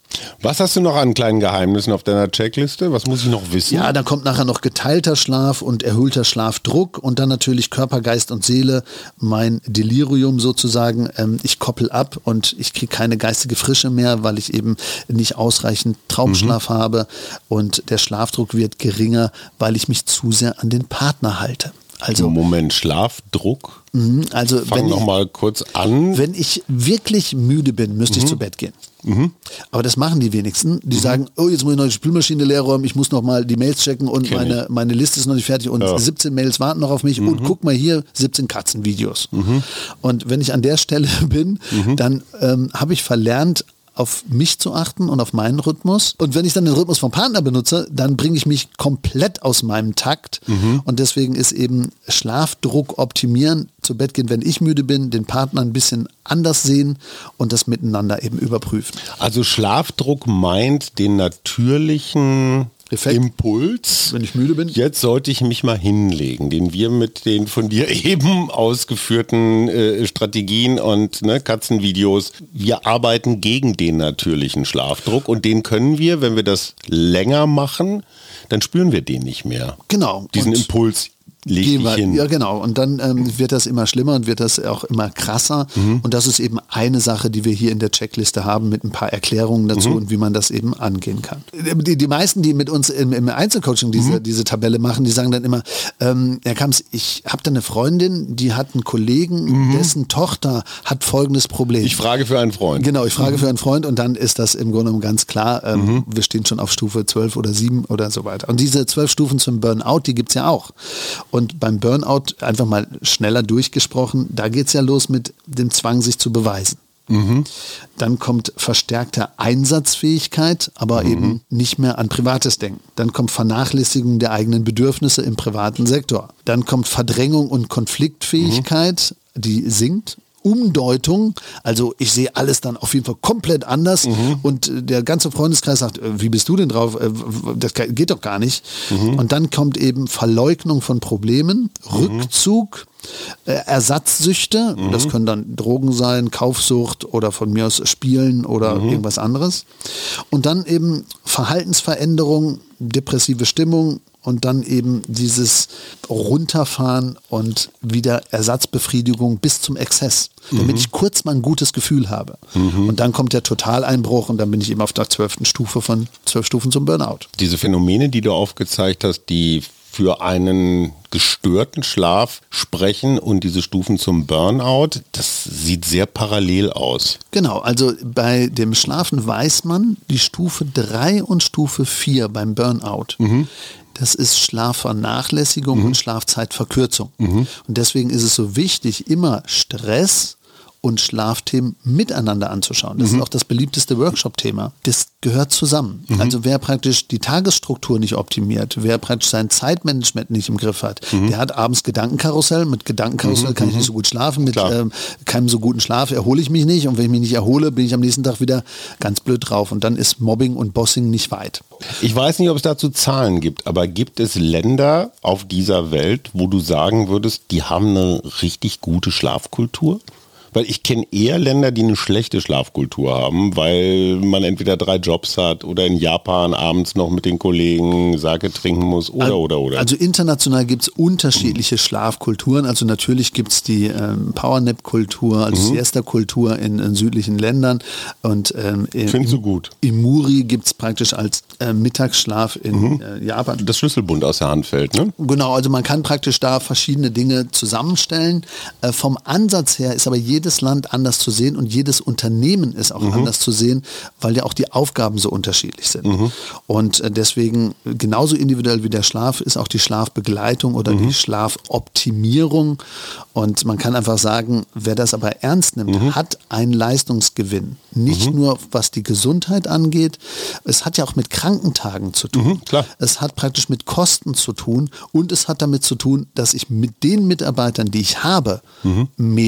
Was hast du noch an kleinen Geheimnissen auf deiner Checkliste? Was muss ich noch wissen? Ja, da kommt nachher noch geteilter Schlaf und erhöhter Schlafdruck und dann natürlich Körper, Geist und Seele, mein Delirium sozusagen. Ich koppel ab und ich kriege keine geistige Frische mehr, weil ich eben nicht ausreichend Traumschlaf habe und der Schlafdruck wird geringer, weil ich mich zu sehr an den Partner halte. Also Moment, Schlafdruck? Also Fang noch mal kurz an. Wenn ich wirklich müde bin, müsste ich zu Bett gehen. Aber das machen die wenigsten. Die sagen, oh, jetzt muss ich noch die Spülmaschine leer räumen, ich muss noch mal die Mails checken und meine Liste ist noch nicht fertig und 17 Mails warten noch auf mich und guck mal hier, 17 Katzenvideos. Und wenn ich an der Stelle bin, dann habe ich verlernt, auf mich zu achten und auf meinen Rhythmus. Und wenn ich dann den Rhythmus vom Partner benutze, dann bringe ich mich komplett aus meinem Takt. Und deswegen ist eben Schlafdruck optimieren, zu Bett gehen, wenn ich müde bin, den Partner ein bisschen anders sehen und das miteinander eben überprüfen. Also Schlafdruck meint den natürlichen Effekt. Impuls, Wenn ich müde bin. Jetzt sollte ich mich mal hinlegen, den wir mit den von dir eben ausgeführten Strategien und Katzenvideos, wir arbeiten gegen den natürlichen Schlafdruck und den können wir, wenn wir das länger machen, dann spüren wir den nicht mehr. Genau. Diesen Und Impuls. Leg dich hin. Ja, genau. Und dann wird das immer schlimmer und wird das auch immer krasser. Und das ist eben eine Sache, die wir hier in der Checkliste haben mit ein paar Erklärungen dazu und wie man das eben angehen kann. Die meisten, die mit uns im Einzelcoaching diese Tabelle machen, die sagen dann immer, Herr Kamps, ich habe da eine Freundin, die hat einen Kollegen, dessen Tochter hat folgendes Problem. Ich frage für einen Freund. Genau, ich frage für einen Freund und dann ist das im Grunde genommen ganz klar, wir stehen schon auf Stufe 12 oder 7 oder so weiter. Und diese 12 Stufen zum Burnout, die gibt es ja auch. Und beim Burnout, einfach mal schneller durchgesprochen, da geht es ja los mit dem Zwang, sich zu beweisen. Dann kommt verstärkte Einsatzfähigkeit, aber eben nicht mehr an Privates denken. Dann kommt Vernachlässigung der eigenen Bedürfnisse im privaten Sektor. Dann kommt Verdrängung und Konfliktfähigkeit, die sinkt. Umdeutung, also ich sehe alles dann auf jeden Fall komplett anders und der ganze Freundeskreis sagt, wie bist du denn drauf? Das geht doch gar nicht. Und dann kommt eben Verleugnung von Problemen, Rückzug, Ersatzsüchte, das können dann Drogen sein, Kaufsucht oder von mir aus Spielen oder irgendwas anderes. Und dann eben Verhaltensveränderung, depressive Stimmung und dann eben dieses Runterfahren und wieder Ersatzbefriedigung bis zum Exzess, damit ich kurz mal ein gutes Gefühl habe. Und dann kommt der Totaleinbruch und dann bin ich eben auf der 12. Stufe von 12 Stufen zum Burnout. Diese Phänomene, die du aufgezeigt hast, die für einen gestörten Schlaf sprechen und diese Stufen zum Burnout, das sieht sehr parallel aus. Genau, also bei dem Schlafen weiß man, die Stufe 3 und Stufe 4 beim Burnout, das ist Schlafvernachlässigung und Schlafzeitverkürzung. Und deswegen ist es so wichtig, immer Stress und Schlafthemen miteinander anzuschauen. Das ist auch das beliebteste Workshop-Thema. Das gehört zusammen. Also wer praktisch die Tagesstruktur nicht optimiert, wer praktisch sein Zeitmanagement nicht im Griff hat, der hat abends Gedankenkarussell. Mit Gedankenkarussell kann ich nicht so gut schlafen. Mit keinem so guten Schlaf erhole ich mich nicht. Und wenn ich mich nicht erhole, bin ich am nächsten Tag wieder ganz blöd drauf. Und dann ist Mobbing und Bossing nicht weit. Ich weiß nicht, ob es dazu Zahlen gibt, aber gibt es Länder auf dieser Welt, wo du sagen würdest, die haben eine richtig gute Schlafkultur? Weil ich kenne eher Länder, die eine schlechte Schlafkultur haben, weil man entweder 3 Jobs hat oder in Japan abends noch mit den Kollegen Sake trinken muss oder. Also international gibt es unterschiedliche Schlafkulturen. Also natürlich gibt es die Powernap-Kultur, also Siesta-Kultur in südlichen Ländern. Und findest du gut? Im Muri gibt es praktisch als Mittagsschlaf in Japan. Das Schlüsselbund aus der Hand fällt, ne? Genau, also man kann praktisch da verschiedene Dinge zusammenstellen. Vom Ansatz her ist aber jedes Land anders zu sehen und jedes Unternehmen ist auch anders zu sehen, weil ja auch die Aufgaben so unterschiedlich sind. Und deswegen genauso individuell wie der Schlaf ist auch die Schlafbegleitung oder die Schlafoptimierung. Und man kann einfach sagen, wer das aber ernst nimmt, hat einen Leistungsgewinn. Nicht nur was die Gesundheit angeht, es hat ja auch mit Krankentagen zu tun. Klar. Es hat praktisch mit Kosten zu tun und es hat damit zu tun, dass ich mit den Mitarbeitern, die ich habe, mehr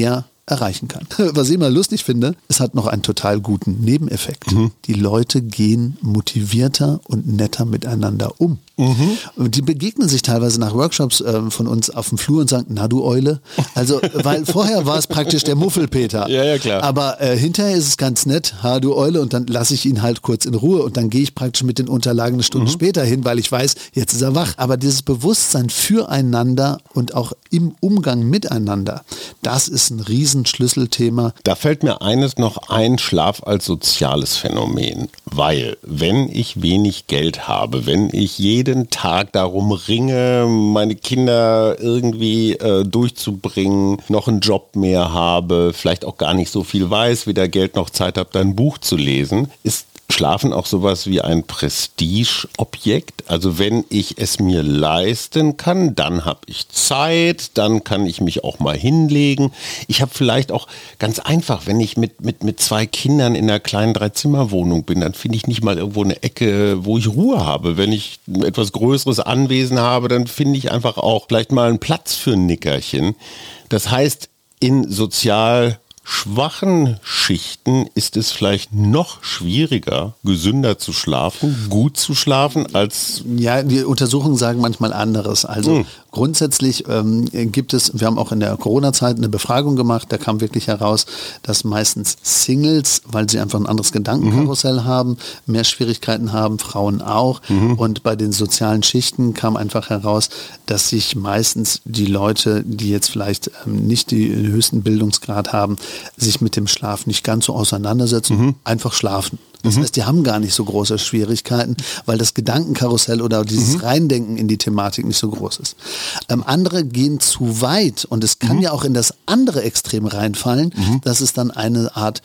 erreichen kann. Was ich immer lustig finde, es hat noch einen total guten Nebeneffekt. Die Leute gehen motivierter und netter miteinander um. Und die begegnen sich teilweise nach Workshops von uns auf dem Flur und sagen, na du Eule. Also, weil vorher war es praktisch der Muffelpeter. Ja, klar. Aber hinterher ist es ganz nett, ha du Eule, und dann lasse ich ihn halt kurz in Ruhe und dann gehe ich praktisch mit den Unterlagen eine Stunde später hin, weil ich weiß, jetzt ist er wach. Aber dieses Bewusstsein füreinander und auch im Umgang miteinander, das ist ein Riesenschlüsselthema. Da fällt mir eines noch ein, Schlaf als soziales Phänomen. Weil, wenn ich wenig Geld habe, wenn ich jeden Tag darum ringe, meine Kinder irgendwie durchzubringen, noch einen Job mehr habe, vielleicht auch gar nicht so viel weiß, weder Geld noch Zeit habe, ein Buch zu lesen, ist Schlafen auch sowas wie ein Prestigeobjekt. Also wenn ich es mir leisten kann, dann habe ich Zeit, dann kann ich mich auch mal hinlegen. Ich habe vielleicht auch ganz einfach, wenn ich mit 2 Kindern in einer kleinen 3-Zimmer-Wohnung bin, dann finde ich nicht mal irgendwo eine Ecke, wo ich Ruhe habe. Wenn ich ein etwas größeres Anwesen habe, dann finde ich einfach auch vielleicht mal einen Platz für ein Nickerchen. Das heißt, in sozial schwachen Schichten ist es vielleicht noch schwieriger, gesünder zu schlafen, gut zu schlafen als... Ja, die Untersuchungen sagen manchmal anderes. Also grundsätzlich gibt es, wir haben auch in der Corona-Zeit eine Befragung gemacht, da kam wirklich heraus, dass meistens Singles, weil sie einfach ein anderes Gedankenkarussell haben, mehr Schwierigkeiten haben, Frauen auch. Und bei den sozialen Schichten kam einfach heraus, dass sich meistens die Leute, die jetzt vielleicht nicht den höchsten Bildungsgrad haben, sich mit dem Schlaf nicht ganz so auseinandersetzen, einfach schlafen. Das heißt, die haben gar nicht so große Schwierigkeiten, weil das Gedankenkarussell oder dieses Reindenken in die Thematik nicht so groß ist. Andere gehen zu weit und es kann ja auch in das andere Extrem reinfallen, dass es dann eine Art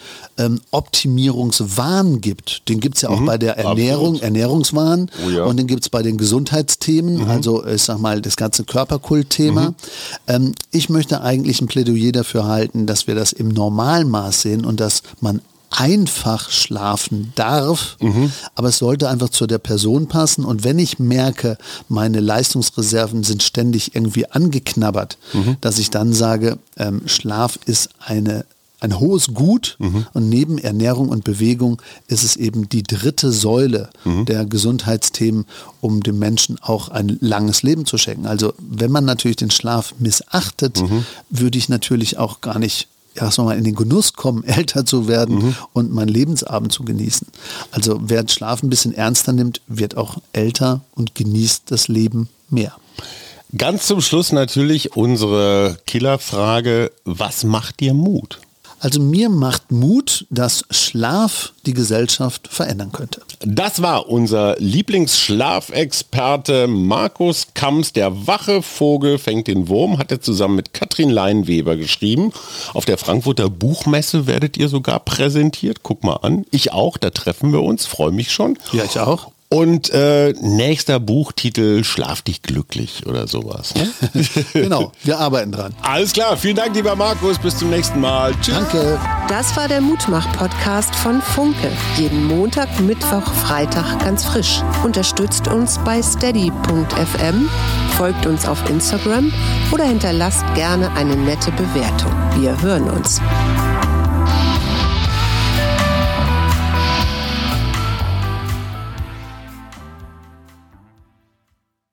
Optimierungswahn gibt. Den gibt es ja auch bei der Ernährung, absolut. Ernährungswahn, und den gibt es bei den Gesundheitsthemen, also ich sag mal das ganze Körperkultthema. Ich möchte eigentlich ein Plädoyer dafür halten, dass wir das im Normalmaß sehen und dass man einfach schlafen darf, aber es sollte einfach zu der Person passen. Und wenn ich merke, meine Leistungsreserven sind ständig irgendwie angeknabbert, dass ich dann sage, Schlaf ist ein hohes Gut und neben Ernährung und Bewegung ist es eben die dritte Säule der Gesundheitsthemen, um dem Menschen auch ein langes Leben zu schenken. Also wenn man natürlich den Schlaf missachtet, würde ich natürlich auch gar nicht in den Genuss kommen, älter zu werden und meinen Lebensabend zu genießen. Also wer Schlaf ein bisschen ernster nimmt, wird auch älter und genießt das Leben mehr. Ganz zum Schluss natürlich unsere Killerfrage, was macht dir Mut? Also mir macht Mut, dass Schlaf die Gesellschaft verändern könnte. Das war unser Lieblingsschlafexperte Markus Kamms. Der wache Vogel fängt den Wurm, hat er zusammen mit Katrin Leinweber geschrieben. Auf der Frankfurter Buchmesse werdet ihr sogar präsentiert. Guck mal an. Ich auch, da treffen wir uns. Freue mich schon. Ja, ich auch. Und nächster Buchtitel, Schlaf dich glücklich oder sowas. Ne? Genau, wir arbeiten dran. Alles klar, vielen Dank, lieber Markus. Bis zum nächsten Mal. Tschüss. Danke. Das war der Mutmach-Podcast von Funke. Jeden Montag, Mittwoch, Freitag ganz frisch. Unterstützt uns bei steady.fm, folgt uns auf Instagram oder hinterlasst gerne eine nette Bewertung. Wir hören uns.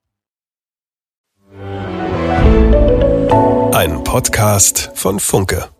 Ein Podcast von Funke.